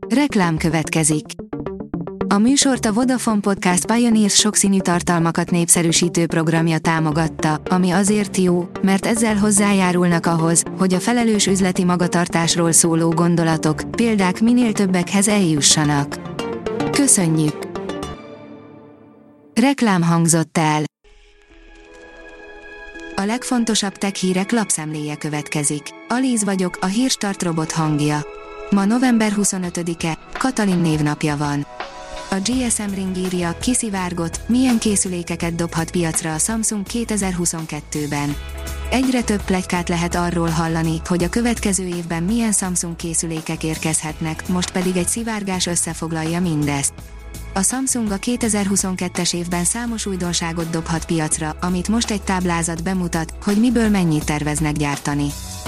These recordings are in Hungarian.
Reklám következik. A műsort a Vodafone Podcast Pioneers sokszínű tartalmakat népszerűsítő programja támogatta, ami azért jó, mert ezzel hozzájárulnak ahhoz, hogy a felelős üzleti magatartásról szóló gondolatok, példák minél többekhez eljussanak. Köszönjük! Reklám hangzott el. A legfontosabb tech hírek lapszemléje következik. Alíz vagyok, a Hírstart robot hangja. Ma november 25-e, Katalin névnapja van. A GSM Ring írja, kiszivárgott, milyen készülékeket dobhat piacra a Samsung 2022-ben. Egyre több pletykát lehet arról hallani, hogy a következő évben milyen Samsung készülékek érkezhetnek, most pedig egy szivárgás összefoglalja mindezt. A Samsung a 2022-es évben számos újdonságot dobhat piacra, amit most egy táblázat bemutat, hogy miből mennyit terveznek gyártani.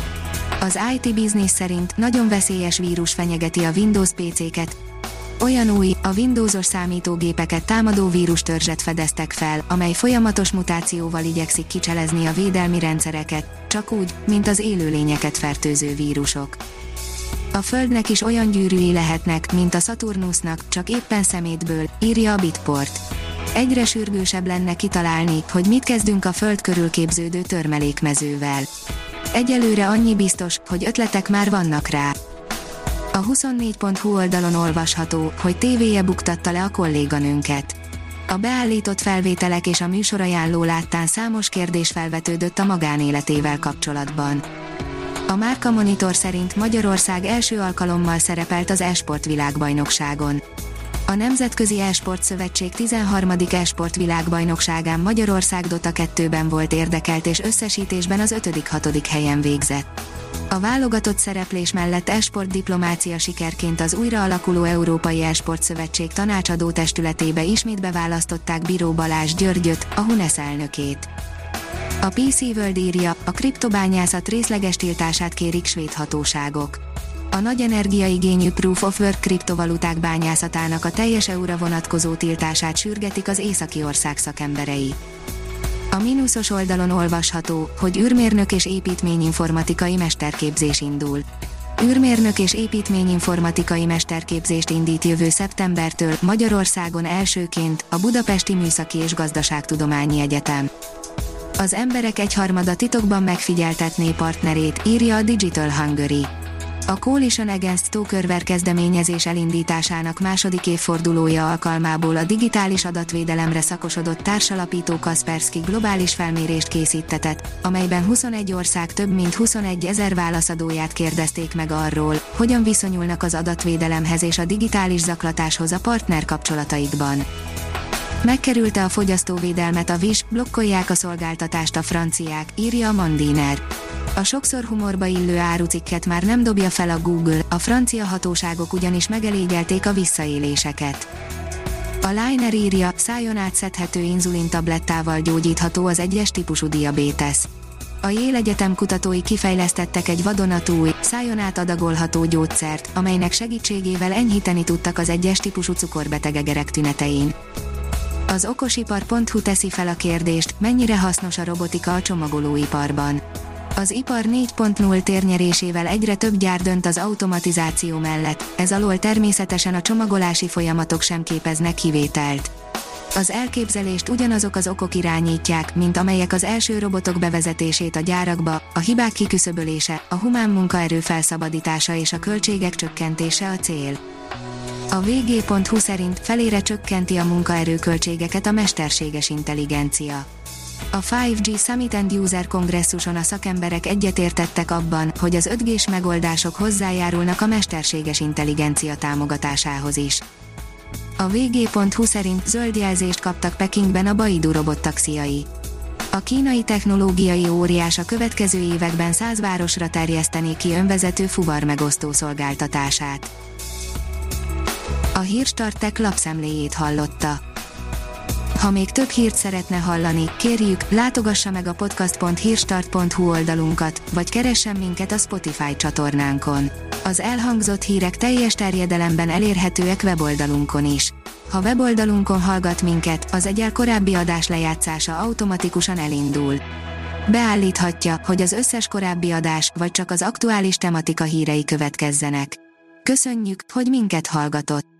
Az IT Business szerint nagyon veszélyes vírus fenyegeti a Windows PC-ket. Olyan új, a Windowsos számítógépeket támadó vírustörzset fedeztek fel, amely folyamatos mutációval igyekszik kicselezni a védelmi rendszereket, csak úgy, mint az élőlényeket fertőző vírusok. A Földnek is olyan gyűrűi lehetnek, mint a Saturnusnak, csak éppen szemétből, írja a Bitport. Egyre sürgősebb lenne kitalálni, hogy mit kezdünk a Föld körül képződő törmelékmezővel. Egyelőre annyi biztos, hogy ötletek már vannak rá. A 24.hu oldalon olvasható, hogy tévéje buktatta le a kolléganőnket. A beállított felvételek és a műsorajánló láttán számos kérdés felvetődött a magánéletével kapcsolatban. A Márka Monitor szerint Magyarország első alkalommal szerepelt az e-sport világbajnokságon. A Nemzetközi E-sport Szövetség 13. e-sport világbajnokságán Magyarország Dota 2-ben volt érdekelt és összesítésben az 5.-6. helyen végzett. A válogatott szereplés mellett e-sport diplomácia sikerként az újra alakuló Európai E-sport Szövetség tanácsadó testületébe ismét beválasztották Bíró Balázs Györgyöt, a Hunesz elnökét. A PC World írja, a kriptobányászat részleges tiltását kérik svéd hatóságok. A nagy energiaigényű Proof of Work kriptovaluták bányászatának a teljes EU-ra vonatkozó tiltását sürgetik az északi ország szakemberei. A mínuszos oldalon olvasható, hogy űrmérnök és építményinformatikai mesterképzés indul. Űrmérnök és építményinformatikai mesterképzést indít jövő szeptembertől Magyarországon elsőként a Budapesti Műszaki és Gazdaságtudományi Egyetem. Az emberek egyharmada titokban megfigyeltetné partnerét, írja a Digital Hungary. A Coalition Against Stalkerware kezdeményezés elindításának második évfordulója alkalmából a digitális adatvédelemre szakosodott társalapító Kaspersky globális felmérést készítetett, amelyben 21 ország több mint 21 000 válaszadóját kérdezték meg arról, hogyan viszonyulnak az adatvédelemhez és a digitális zaklatáshoz a partner kapcsolataikban. Megkerülte a fogyasztóvédelmet a Wish, blokkolják a szolgáltatást a franciák, írja a Mandiner. A sokszor humorba illő árucikket már nem dobja fel a Google, a francia hatóságok ugyanis megelégyelték a visszaéléseket. A Liner írja, szájon átszedhető inzulintablettával gyógyítható az egyes típusú diabétesz. A Yale Egyetem kutatói kifejlesztettek egy vadonatúj, szájon át adagolható gyógyszert, amelynek segítségével enyhíteni tudtak az egyes típusú cukorbeteg egerek tünetein. Az okosipar.hu teszi fel a kérdést, mennyire hasznos a robotika a csomagolóiparban. Az ipar 4.0 térnyerésével egyre több gyár dönt az automatizáció mellett, ez alól természetesen a csomagolási folyamatok sem képeznek kivételt. Az elképzelést ugyanazok az okok irányítják, mint amelyek az első robotok bevezetését a gyárakba, a hibák kiküszöbölése, a humán munkaerő felszabadítása és a költségek csökkentése a cél. A vg.hu szerint felére csökkenti a munkaerőköltségeket a mesterséges intelligencia. A 5G Summit End User kongresszuson a szakemberek egyetértettek abban, hogy az 5G-s megoldások hozzájárulnak a mesterséges intelligencia támogatásához is. A vg.hu szerint zöld jelzést kaptak Pekingben a Baidu robottaxiai. A kínai technológiai óriás a következő években 100 városra terjesztené ki önvezető fuvarmegosztó szolgáltatását. A Hírstart Tech lapszemléjét hallotta. Ha még több hírt szeretne hallani, kérjük, látogassa meg a podcast.hírstart.hu oldalunkat, vagy keressen minket a Spotify csatornánkon. Az elhangzott hírek teljes terjedelemben elérhetőek weboldalunkon is. Ha weboldalunkon hallgat minket, az egyel korábbi adás lejátszása automatikusan elindul. Beállíthatja, hogy az összes korábbi adás, vagy csak az aktuális tematika hírei következzenek. Köszönjük, hogy minket hallgatott!